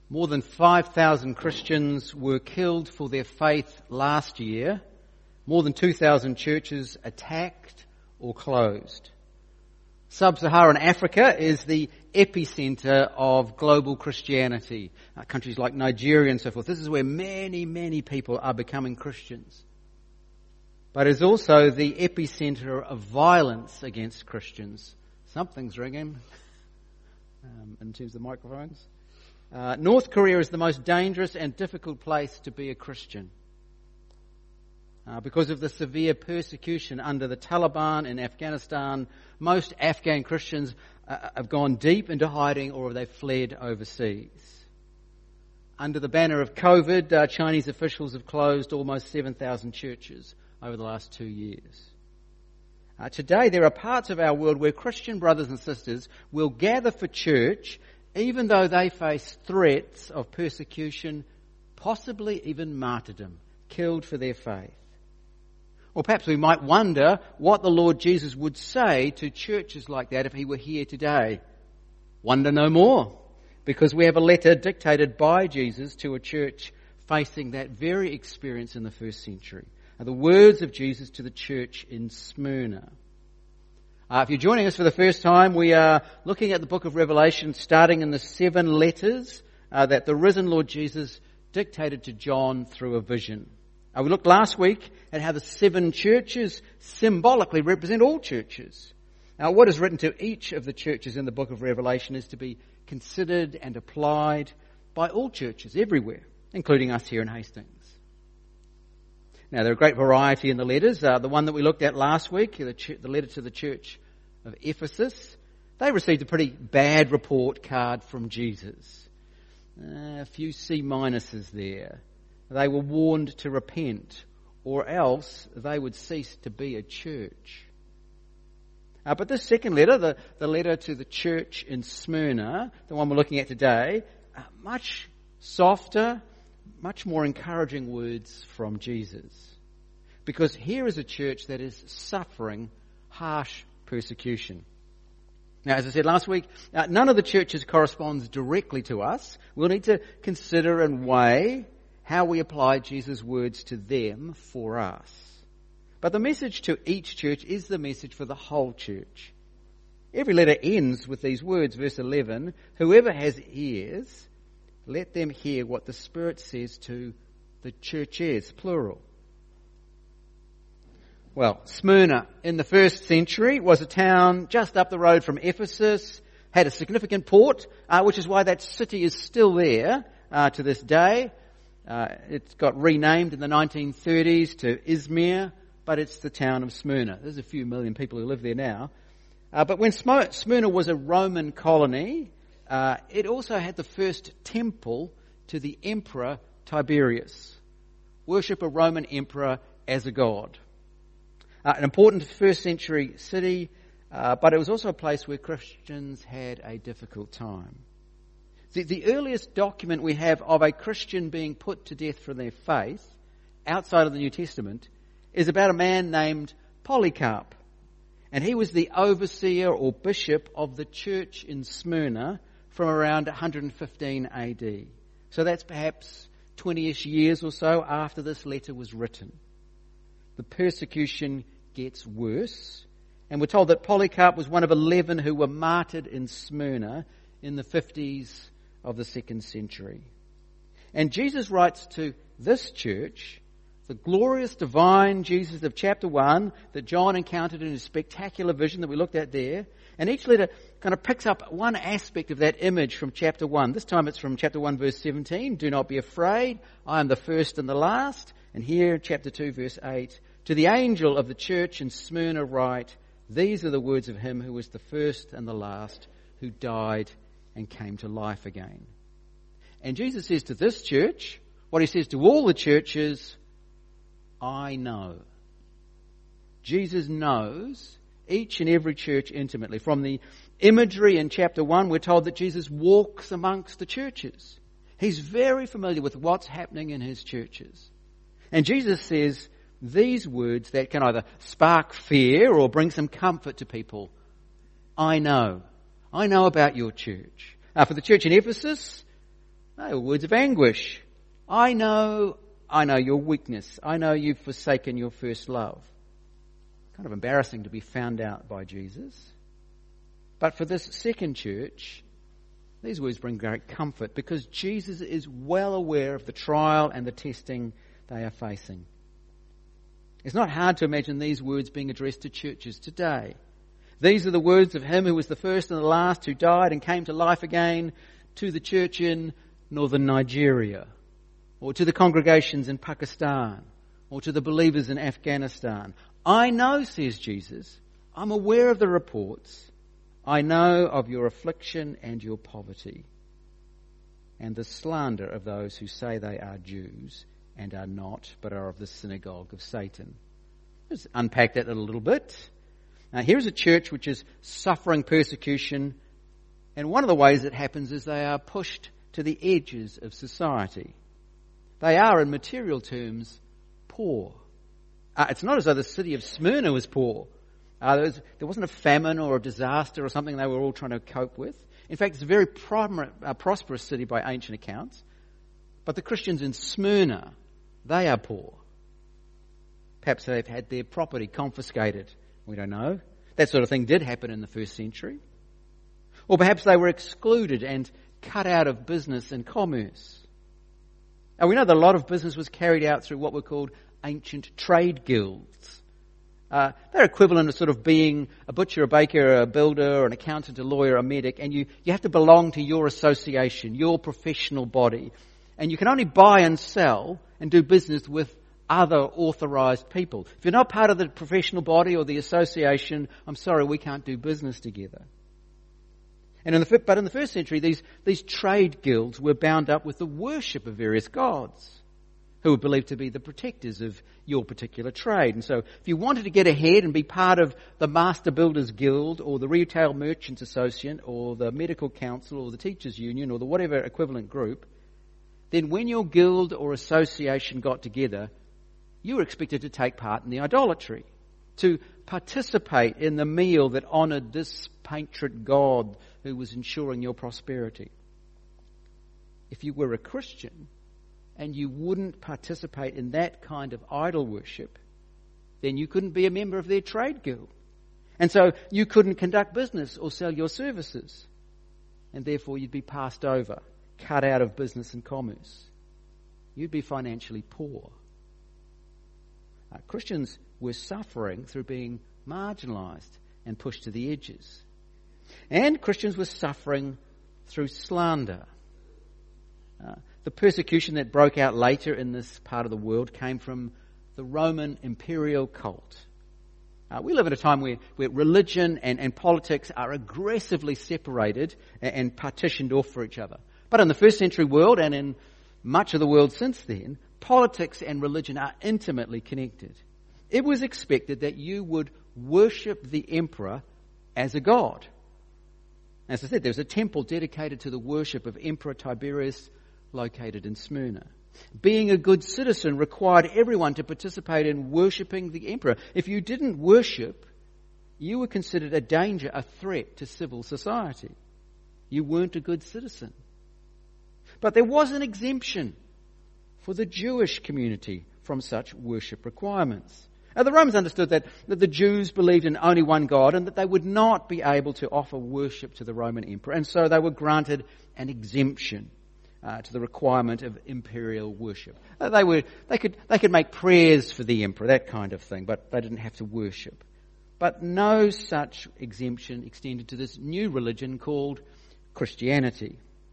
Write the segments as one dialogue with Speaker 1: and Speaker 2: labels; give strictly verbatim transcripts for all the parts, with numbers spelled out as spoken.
Speaker 1: More than five thousand Christians were killed for their faith last year. More than two thousand churches attacked or closed. Sub-Saharan Africa is the epicenter of global Christianity. Uh, countries like Nigeria and so forth. This is where many, many people are becoming Christians. But it's also the epicenter of violence against Christians. Something's ringing um, in terms of microphones. Uh, North Korea is the most dangerous and difficult place to be a Christian uh, because of the severe persecution under the Taliban in Afghanistan. Most Afghan Christians uh, have gone deep into hiding or they've fled overseas. Under the banner of COVID, uh, Chinese officials have closed almost seven thousand churches over the last two years. Uh, today, there are parts of our world where Christian brothers and sisters will gather for church even though they face threats of persecution, possibly even martyrdom, killed for their faith. Or perhaps we might wonder what the Lord Jesus would say to churches like that if he were here today. Wonder no more, because we have a letter dictated by Jesus to a church facing that very experience in the first century. The words of Jesus to the church in Smyrna. Uh, if you're joining us for the first time, we are looking at the book of Revelation, starting in the seven letters uh, that the risen Lord Jesus dictated to John through a vision. Uh, we looked last week at how the seven churches symbolically represent all churches. Now, what is written to each of the churches in the book of Revelation is to be considered and applied by all churches everywhere, including us here in Hastings. Now, there are a great variety in the letters. Uh, the one that we looked at last week, the, ch- the letter to the church of Ephesus, they received a pretty bad report card from Jesus. Uh, a few C minuses there. They were warned to repent, or else they would cease to be a church. Uh, but this second letter, the, the letter to the church in Smyrna, the one we're looking at today, uh, much softer, much more encouraging words from Jesus. Because here is a church that is suffering harsh persecution. Now, as I said last week, uh, none of the churches corresponds directly to us. We'll need to consider and weigh how we apply Jesus' words to them for us. But the message to each church is the message for the whole church. Every letter ends with these words, verse eleven, whoever has ears, let them hear what the Spirit says to the churches, plural. Well, Smyrna in the first century was a town just up the road from Ephesus, had a significant port, uh, which is why that city is still there uh, to this day. Uh, it got renamed in the nineteen thirties to Izmir, but it's the town of Smyrna. There's a few million people who live there now. Uh, but when Smyrna was a Roman colony, Uh, it also had the first temple to the Emperor Tiberius. Worship a Roman emperor as a god. Uh, an important first century city, uh, but it was also a place where Christians had a difficult time. The, the earliest document we have of a Christian being put to death for their faith, outside of the New Testament, is about a man named Polycarp. And he was the overseer or bishop of the church in Smyrna from around one hundred fifteen A D. So that's perhaps twenty-ish years or so after this letter was written. The persecution gets worse, and we're told that Polycarp was one of eleven who were martyred in Smyrna in the fifties of the second century. And Jesus writes to this church, the glorious divine Jesus of chapter one that John encountered in his spectacular vision that we looked at there. And each letter kind of picks up one aspect of that image from chapter one. This time it's from chapter one verse seventeen. Do not be afraid. I am the first and the last. And here chapter two verse eight. To the angel of the church in Smyrna write, these are the words of him who was the first and the last, who died and came to life again. And Jesus says to this church, what he says to all the churches, I know. Jesus knows each and every church intimately. From the imagery in chapter one, we're told that Jesus walks amongst the churches. He's very familiar with what's happening in his churches. And Jesus says these words that can either spark fear or bring some comfort to people. I know. I know about your church. Uh, for the church in Ephesus, They were words of anguish. I know, I know your weakness. I know you've forsaken your first love. Kind of embarrassing to be found out by Jesus. But for this second church, these words bring great comfort because Jesus is well aware of the trial and the testing they are facing. It's not hard to imagine these words being addressed to churches today. These are the words of him who was the first and the last, who died and came to life again, to the church in northern Nigeria, or to the congregations in Pakistan, or to the believers in Afghanistan. I know, says Jesus, I'm aware of the reports. I know of your affliction and your poverty, and the slander of those who say they are Jews and are not, but are of the synagogue of Satan. Let's unpack that a little bit. Now, here's a church which is suffering persecution, and one of the ways it happens is they are pushed to the edges of society. They are, in material terms, poor. Uh, it's not as though the city of Smyrna was poor. Uh, there, was, there wasn't a famine or a disaster or something they were all trying to cope with. In fact, it's a very prom- uh, prosperous city by ancient accounts. But the Christians in Smyrna, they are poor. Perhaps they've had their property confiscated. We don't know. That sort of thing did happen in the first century. Or perhaps they were excluded and cut out of business and commerce. And we know that a lot of business was carried out through what were called ancient trade guilds. Uh, they're equivalent to sort of being a butcher, a baker, a builder, an accountant, a lawyer, a medic, and you, you have to belong to your association, your professional body. And you can only buy and sell and do business with other authorised people. If you're not part of the professional body or the association, I'm sorry, we can't do business together. And in the, but in the first century, these, these trade guilds were bound up with the worship of various gods, who were believed to be the protectors of your particular trade. And so if you wanted to get ahead and be part of the Master Builders Guild or the Retail Merchants Association or the Medical Council or the Teachers Union or the whatever equivalent group, then when your guild or association got together, you were expected to take part in the idolatry, to participate in the meal that honoured this patron god who was ensuring your prosperity. If you were a Christian, and you wouldn't participate in that kind of idol worship, then you couldn't be a member of their trade guild. And so you couldn't conduct business or sell your services. And therefore you'd be passed over, cut out of business and commerce. You'd be financially poor. Uh, Christians were suffering through being marginalised and pushed to the edges. And Christians were suffering through slander. Uh, The persecution that broke out later in this part of the world came from the Roman imperial cult. Uh, we live at a time where, where religion and, and politics are aggressively separated and, and partitioned off for each other. But in the first century world and in much of the world since then, politics and religion are intimately connected. It was expected that you would worship the emperor as a god. As I said, there was a temple dedicated to the worship of Emperor Tiberius, located in Smyrna. Being a good citizen required everyone to participate in worshipping the emperor. If you didn't worship, you were considered a danger, a threat to civil society. You weren't a good citizen. But there was an exemption for the Jewish community from such worship requirements. Now, the Romans understood that, that the Jews believed in only one God and that they would not be able to offer worship to the Roman emperor, and so they were granted an exemption Uh, to the requirement of imperial worship. Uh, they were, they could, they could make prayers for the emperor, that kind of thing, but they didn't have to worship. But no such exemption extended to this new religion called Christianity.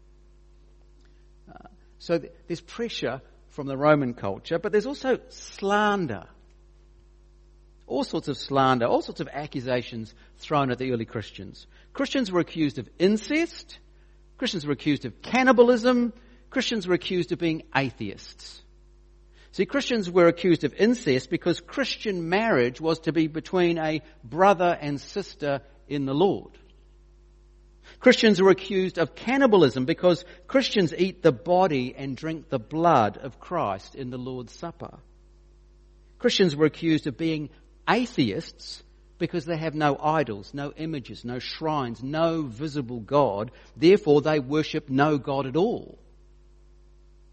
Speaker 1: Uh, so th- there's pressure from the Roman culture, but there's also slander. All sorts of slander, all sorts of accusations thrown at the early Christians. Christians were accused of incest. Christians were accused of cannibalism. Christians were accused of being atheists. See, Christians were accused of incest because Christian marriage was to be between a brother and sister in the Lord. Christians were accused of cannibalism because Christians eat the body and drink the blood of Christ in the Lord's Supper. Christians were accused of being atheists because they have no idols, no images, no shrines, no visible God. Therefore, they worship no God at all.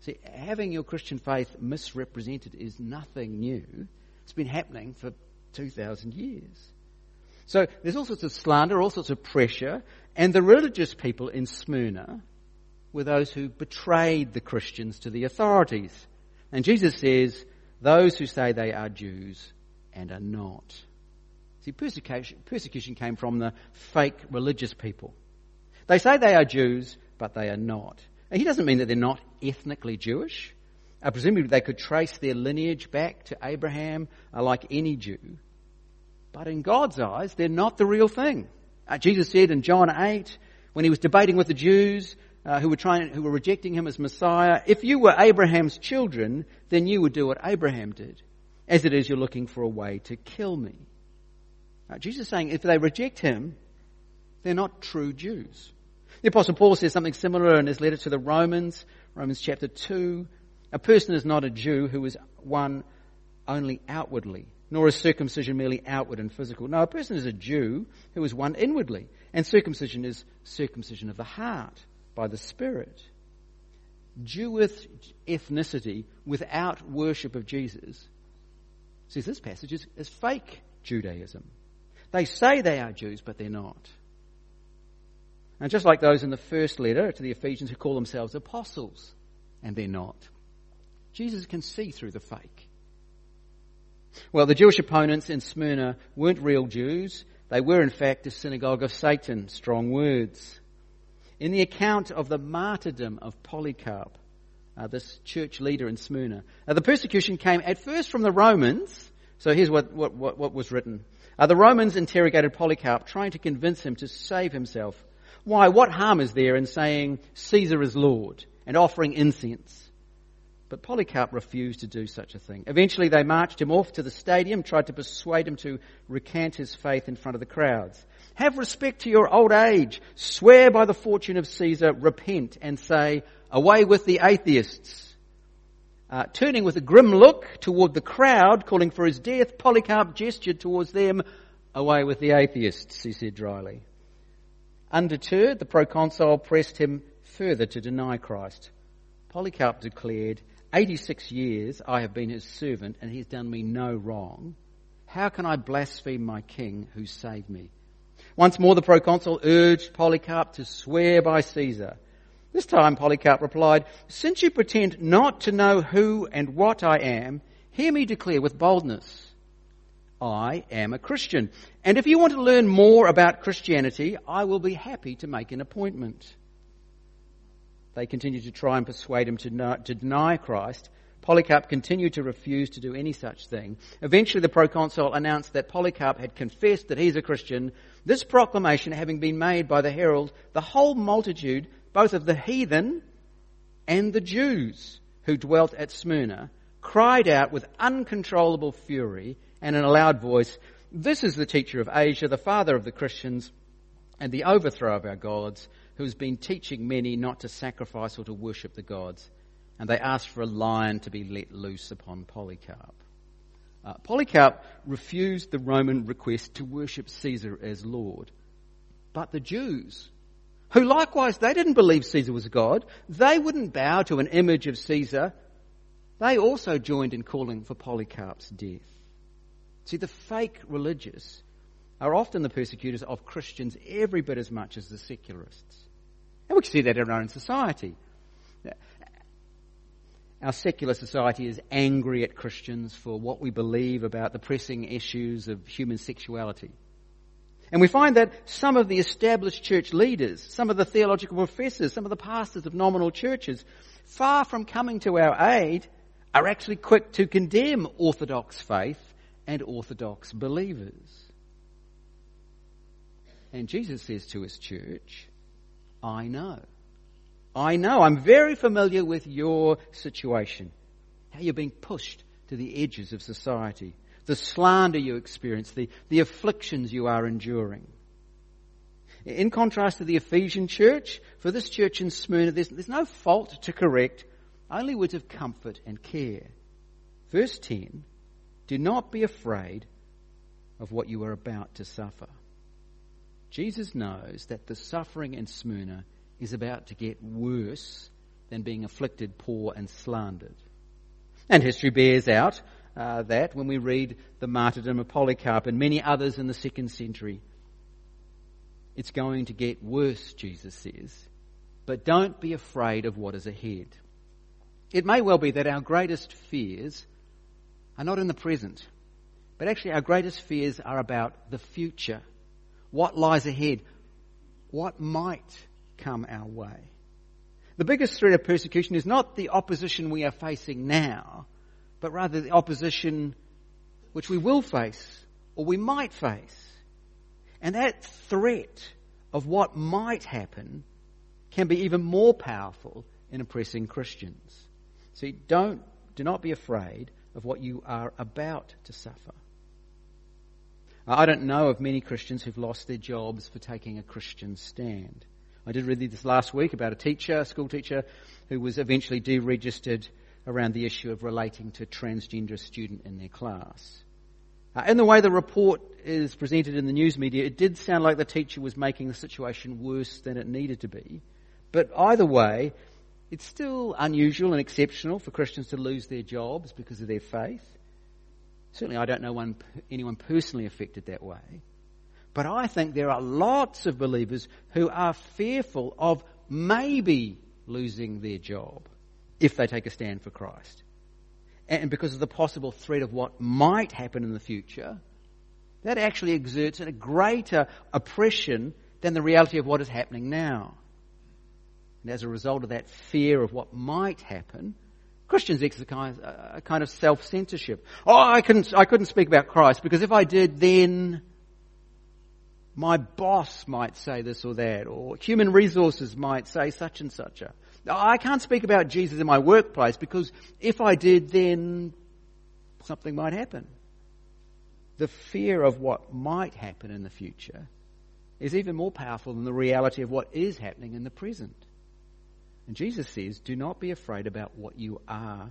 Speaker 1: See, having your Christian faith misrepresented is nothing new. It's been happening for two thousand years. So there's all sorts of slander, all sorts of pressure, and the religious people in Smyrna were those who betrayed the Christians to the authorities. And Jesus says, those who say they are Jews and are not. See, persecution, persecution came from the fake religious people. They say they are Jews, but they are not. And he doesn't mean that they're not ethnically Jewish. Uh, presumably they could trace their lineage back to Abraham uh, like any Jew. But in God's eyes, they're not the real thing. Uh, Jesus said in John eight, when he was debating with the Jews uh, who were trying, who were rejecting him as Messiah, if you were Abraham's children, then you would do what Abraham did. As it is, you're looking for a way to kill me. Uh, Jesus is saying if they reject him, they're not true Jews. The Apostle Paul says something similar in his letter to the Romans, Romans chapter two. A person is not a Jew who is one only outwardly, nor is circumcision merely outward and physical. No, a person is a Jew who is one inwardly, and circumcision is circumcision of the heart by the Spirit. Jewish ethnicity without worship of Jesus, says this passage, is, is fake Judaism. They say they are Jews, but they're not. And just like those in the first letter to the Ephesians who call themselves apostles, and they're not. Jesus can see through the fake. Well, the Jewish opponents in Smyrna weren't real Jews. They were, in fact, a synagogue of Satan. Strong words. In the account of the martyrdom of Polycarp, uh, this church leader in Smyrna, uh, the persecution came at first from the Romans. So here's what, what, what, what was written. Uh, the Romans interrogated Polycarp, trying to convince him to save himself. Why, what harm is there in saying Caesar is Lord and offering incense? But Polycarp refused to do such a thing. Eventually they marched him off to the stadium, tried to persuade him to recant his faith in front of the crowds. Have respect to your old age. Swear by the fortune of Caesar, repent and say, away with the atheists. Uh, turning with a grim look toward the crowd, calling for his death, Polycarp gestured towards them, away with the atheists, he said dryly. Undeterred, the proconsul pressed him further to deny Christ. Polycarp declared, eighty-six years I have been his servant and he's done me no wrong. How can I blaspheme my king who saved me? Once more the proconsul urged Polycarp to swear by Caesar. This time Polycarp replied, since you pretend not to know who and what I am, hear me declare with boldness. I am a Christian, and if you want to learn more about Christianity, I will be happy to make an appointment. They continued to try and persuade him to, not, to deny Christ. Polycarp continued to refuse to do any such thing. Eventually the proconsul announced that Polycarp had confessed that he's a Christian. This proclamation having been made by the herald, the whole multitude, both of the heathen and the Jews who dwelt at Smyrna, cried out with uncontrollable fury and in a loud voice, this is the teacher of Asia, the father of the Christians, and the overthrow of our gods, who has been teaching many not to sacrifice or to worship the gods. And they asked for a lion to be let loose upon Polycarp. Uh, Polycarp refused the Roman request to worship Caesar as Lord. But the Jews, who likewise, they didn't believe Caesar was God, they wouldn't bow to an image of Caesar, they also joined in calling for Polycarp's death. See, the fake religious are often the persecutors of Christians every bit as much as the secularists. And we can see that in our own society. Our secular society is angry at Christians for what we believe about the pressing issues of human sexuality. And we find that some of the established church leaders, some of the theological professors, some of the pastors of nominal churches, far from coming to our aid, are actually quick to condemn orthodox faith and orthodox believers. And Jesus says to his church, I know. I know. I'm very familiar with your situation. How you're being pushed to the edges of society. The slander you experience. The, the afflictions you are enduring. In contrast to the Ephesian church, for this church in Smyrna, there's, there's no fault to correct, only words of comfort and care. Verse ten, do not be afraid of what you are about to suffer. Jesus knows that the suffering in Smyrna is about to get worse than being afflicted, poor and slandered. And history bears out uh, that when we read the martyrdom of Polycarp and many others in the second century. It's going to get worse, Jesus says, but don't be afraid of what is ahead. It may well be that our greatest fears are not in the present, but actually our greatest fears are about the future. What lies ahead? What might come our way? The biggest threat of persecution is not the opposition we are facing now, but rather the opposition which we will face or we might face. And that threat of what might happen can be even more powerful in oppressing Christians. So don't, do not be afraid of what you are about to suffer. I don't know of many Christians who've lost their jobs for taking a Christian stand. I did read this last week about a teacher, a school teacher, who was eventually deregistered around the issue of relating to a transgender student in their class. Uh, in the way the report is presented in the news media, it did sound like the teacher was making the situation worse than it needed to be. But either way, it's still unusual and exceptional for Christians to lose their jobs because of their faith. Certainly I don't know one, anyone personally affected that way. But I think there are lots of believers who are fearful of maybe losing their job if they take a stand for Christ. And because of the possible threat of what might happen in the future, that actually exerts a greater oppression than the reality of what is happening now. And as a result of that fear of what might happen, Christians exercise a kind of self-censorship. Oh, I couldn't, I couldn't speak about Christ because if I did, then my boss might say this or that, or human resources might say such and such a. I can't speak about Jesus in my workplace because if I did, then something might happen. The fear of what might happen in the future is even more powerful than the reality of what is happening in the present. And Jesus says, do not be afraid about what you are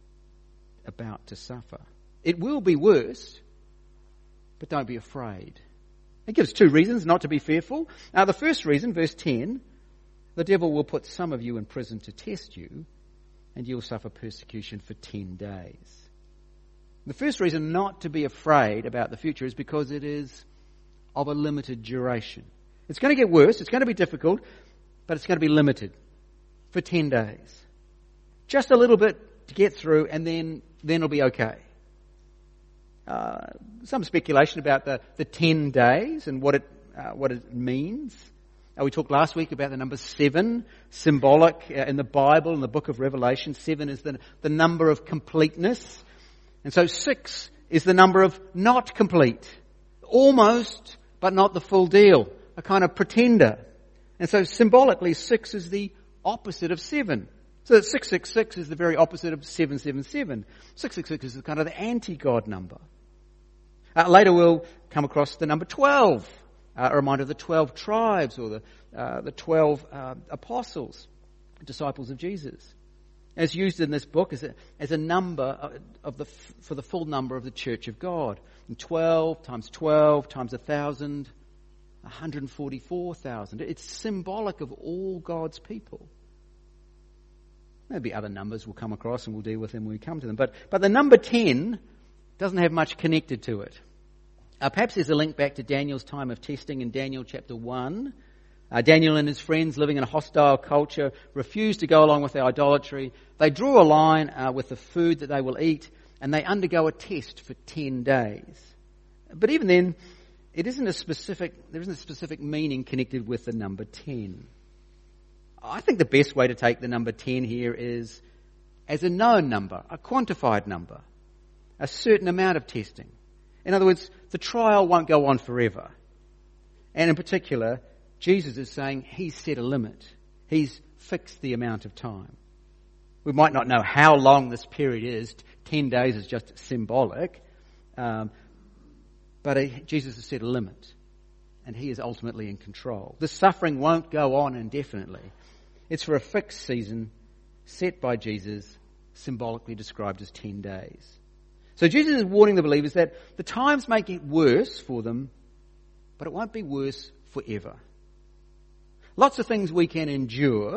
Speaker 1: about to suffer. It will be worse, but don't be afraid. It gives two reasons not to be fearful. Now, the first reason, verse ten, the devil will put some of you in prison to test you, and you'll suffer persecution for ten days. The first reason not to be afraid about the future is because it is of a limited duration. It's going to get worse, it's going to be difficult, but it's going to be limited for ten days. Just a little bit to get through, and then, then it'll be okay. Uh, some speculation about the, the ten days and what it, uh, what it means. Uh, we talked last week about the number seven, symbolic uh, in the Bible, in the book of Revelation. Seven is the, the number of completeness. And so six is the number of not complete. Almost, but not the full deal. A kind of pretender. And so symbolically, six is the opposite of seven. So that six six six is the very opposite of seven seven seven. six six six is the kind of the anti-God number. Uh, later we'll come across the number twelve. Uh, a reminder of the twelve tribes or the uh, the twelve uh, apostles, disciples of Jesus, as used in this book as a as a number of the for the full number of the Church of God. And twelve times twelve times a thousand, one hundred forty-four thousand. It's symbolic of all God's people. Maybe other numbers we'll come across and we'll deal with them when we come to them. But but the number ten doesn't have much connected to it. Uh, perhaps there's a link back to Daniel's time of testing in Daniel chapter one. Uh, Daniel and his friends living in a hostile culture refuse to go along with their idolatry. They draw a line uh, with the food that they will eat, and they undergo a test for ten days. But even then, it isn't a specific, there isn't a specific meaning connected with the number ten. I think the best way to take the number ten here is as a known number, a quantified number, a certain amount of testing. In other words, the trial won't go on forever. And in particular, Jesus is saying he's set a limit. He's fixed the amount of time. We might not know how long this period is. Ten days is just symbolic. Um, but he, Jesus has set a limit. And he is ultimately in control. The suffering won't go on indefinitely. It's for a fixed season set by Jesus, symbolically described as ten days. So Jesus is warning the believers that the times may get worse for them, but it won't be worse forever. Lots of things we can endure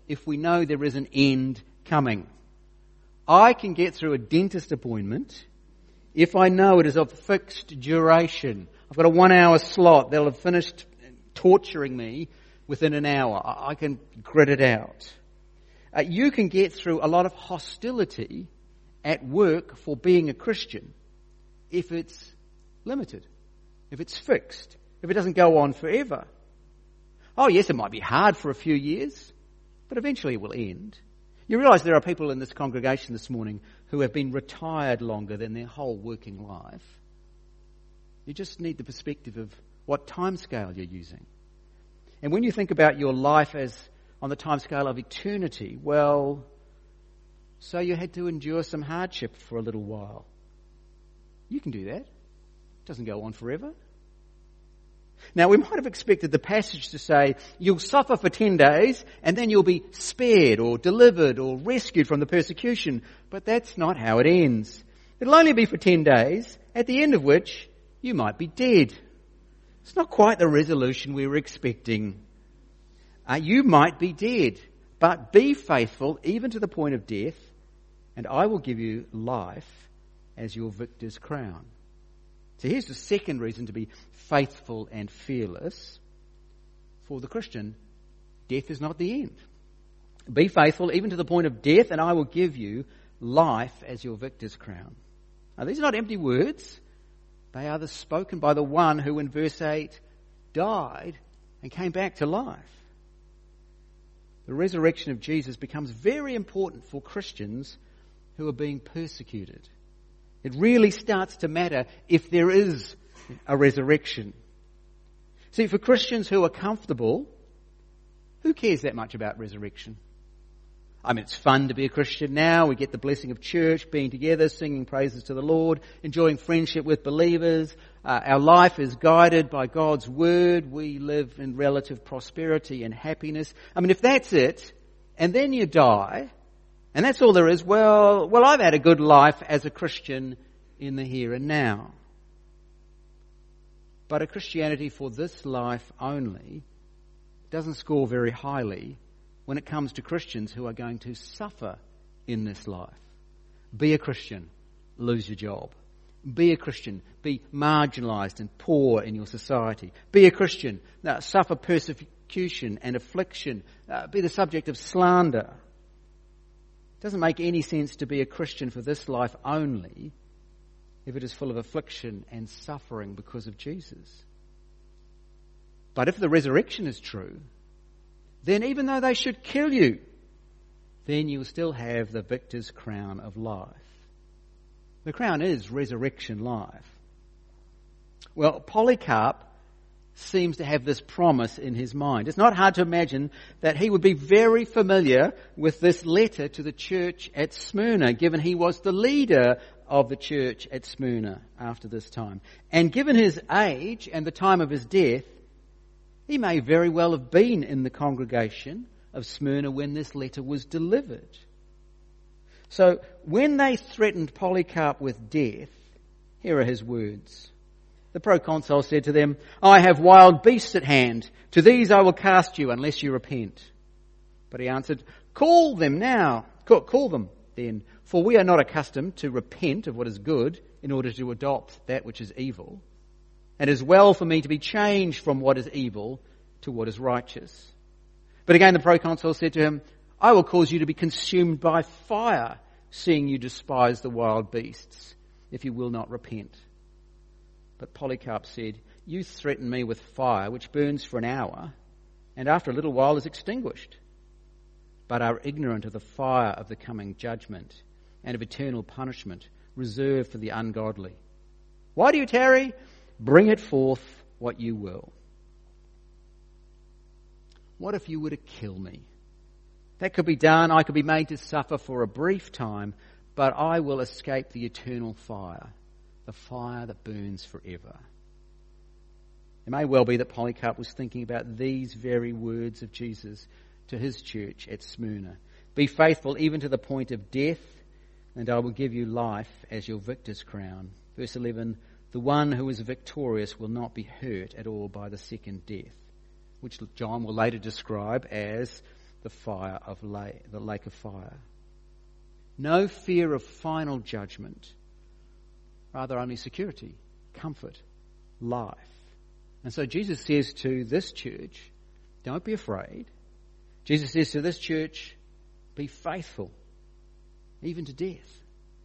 Speaker 1: if we know there is an end coming. I can get through a dentist appointment if I know it is of fixed duration. I've got a one hour slot. They'll have finished torturing me within an hour. I can grit it out. Uh, you can get through a lot of hostility at work for being a Christian if it's limited, if it's fixed, if it doesn't go on forever. Oh yes, it might be hard for a few years, but eventually it will end. You realise there are people in this congregation this morning who have been retired longer than their whole working life. You just need the perspective of what timescale you're using. And when you think about your life as on the timescale of eternity, well, so you had to endure some hardship for a little while. You can do that. It doesn't go on forever. Now, we might have expected the passage to say, you'll suffer for ten days and then you'll be spared or delivered or rescued from the persecution. But that's not how it ends. It'll only be for ten days, at the end of which you might be dead. It's not quite the resolution we were expecting. Uh, you might be dead, but be faithful even to the point of death, and I will give you life as your victor's crown. So here's the second reason to be faithful and fearless. For the Christian, death is not the end. Be faithful even to the point of death, and I will give you life as your victor's crown. Now, these are not empty words. They are the spoken by the one who in verse eight died and came back to life. The resurrection of Jesus becomes very important for Christians who are being persecuted. It really starts to matter if there is a resurrection. See, for Christians who are comfortable, who cares that much about resurrection? I mean, it's fun to be a Christian now. We get the blessing of church, being together, singing praises to the Lord, enjoying friendship with believers. Uh, our life is guided by God's word. We live in relative prosperity and happiness. I mean, if that's it, and then you die, and that's all there is, well, well, I've had a good life as a Christian in the here and now. But a Christianity for this life only doesn't score very highly when it comes to Christians who are going to suffer in this life. Be a Christian, lose your job. Be a Christian, be marginalised and poor in your society. Be a Christian, uh, suffer persecution and affliction. Uh, be the subject of slander. It doesn't make any sense to be a Christian for this life only if it is full of affliction and suffering because of Jesus. But if the resurrection is true, then even though they should kill you, then you will still have the victor's crown of life. The crown is resurrection life. Well, Polycarp seems to have this promise in his mind. It's not hard to imagine that he would be very familiar with this letter to the church at Smyrna, given he was the leader of the church at Smyrna after this time. And given his age and the time of his death, he may very well have been in the congregation of Smyrna when this letter was delivered. So when they threatened Polycarp with death, here are his words. The proconsul said to them, I have wild beasts at hand. To these I will cast you unless you repent. But he answered, Call them now. Call, call them then. For we are not accustomed to repent of what is good in order to adopt that which is evil. And it is well for me to be changed from what is evil to what is righteous. But again the proconsul said to him, I will cause you to be consumed by fire, seeing you despise the wild beasts, if you will not repent. But Polycarp said, You threaten me with fire, which burns for an hour, and after a little while is extinguished, but are ignorant of the fire of the coming judgment and of eternal punishment reserved for the ungodly. Why do you tarry? Bring it forth what you will. What if you were to kill me? That could be done. I could be made to suffer for a brief time, but I will escape the eternal fire, the fire that burns forever. It may well be that Polycarp was thinking about these very words of Jesus to his church at Smyrna. Be faithful even to the point of death, and I will give you life as your victor's crown. Verse eleven, the one who is victorious will not be hurt at all by the second death, which John will later describe as the fire of la- the lake of fire. No fear of final judgment, rather only security, comfort, life. And so Jesus says to this church, don't be afraid. Jesus says to this church, be faithful, even to death.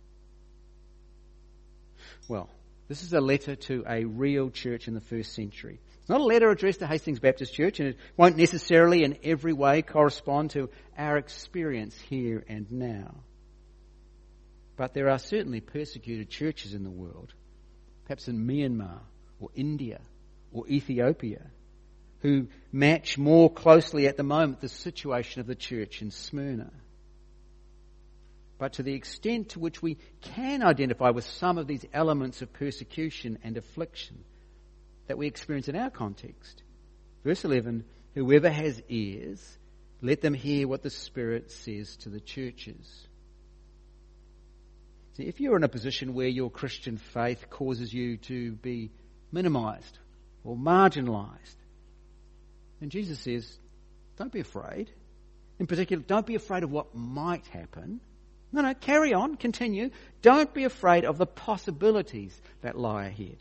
Speaker 1: Well, this is a letter to a real church in the first century. It's not a letter addressed to Hastings Baptist Church, and it won't necessarily in every way correspond to our experience here and now. But there are certainly persecuted churches in the world, perhaps in Myanmar or India or Ethiopia, who match more closely at the moment the situation of the church in Smyrna. But to the extent to which we can identify with some of these elements of persecution and affliction that we experience in our context. Verse eleven, whoever has ears, let them hear what the Spirit says to the churches. See, if you're in a position where your Christian faith causes you to be minimized or marginalized, then Jesus says, don't be afraid. In particular, don't be afraid of what might happen. No, no, carry on, continue. Don't be afraid of the possibilities that lie ahead.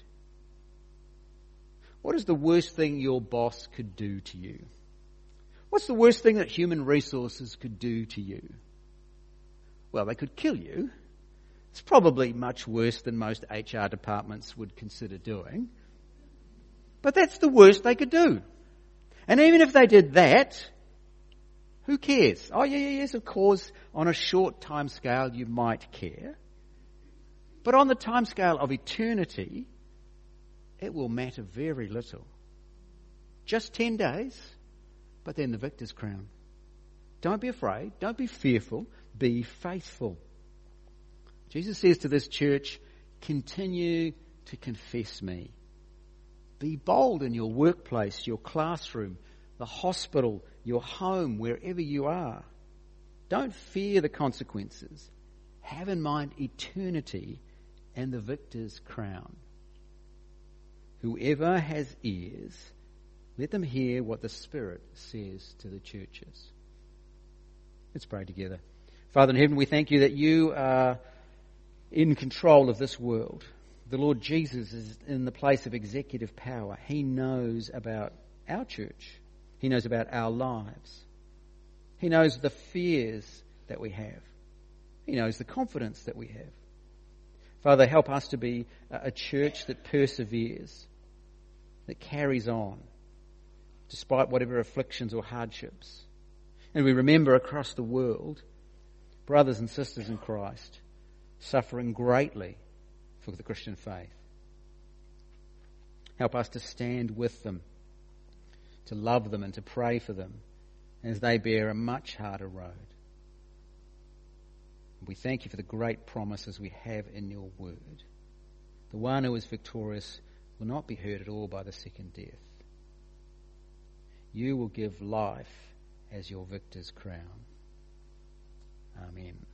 Speaker 1: What is the worst thing your boss could do to you? What's the worst thing that human resources could do to you? Well, they could kill you. It's probably much worse than most H R departments would consider doing. But that's the worst they could do. And even if they did that, who cares? Oh, yeah, yeah, yes, of course, on a short time scale you might care. But on the time scale of eternity, it will matter very little. Just ten days, but then the victor's crown. Don't be afraid. Don't be fearful. Be faithful. Jesus says to this church, continue to confess me. Be bold in your workplace, your classroom, the hospital, your home, wherever you are. Don't fear the consequences. Have in mind eternity and the victor's crown. Whoever has ears, let them hear what the Spirit says to the churches. Let's pray together. Father in heaven, we thank you that you are in control of this world. The Lord Jesus is in the place of executive power. He knows about our church. He knows about our lives. He knows the fears that we have. He knows the confidence that we have. Father, help us to be a church that perseveres, that carries on, despite whatever afflictions or hardships. And we remember across the world, brothers and sisters in Christ, suffering greatly for the Christian faith. Help us to stand with them, to love them and to pray for them as they bear a much harder road. We thank you for the great promises we have in your word. The one who is victorious will not be hurt at all by the second death. You will give life as your victor's crown. Amen.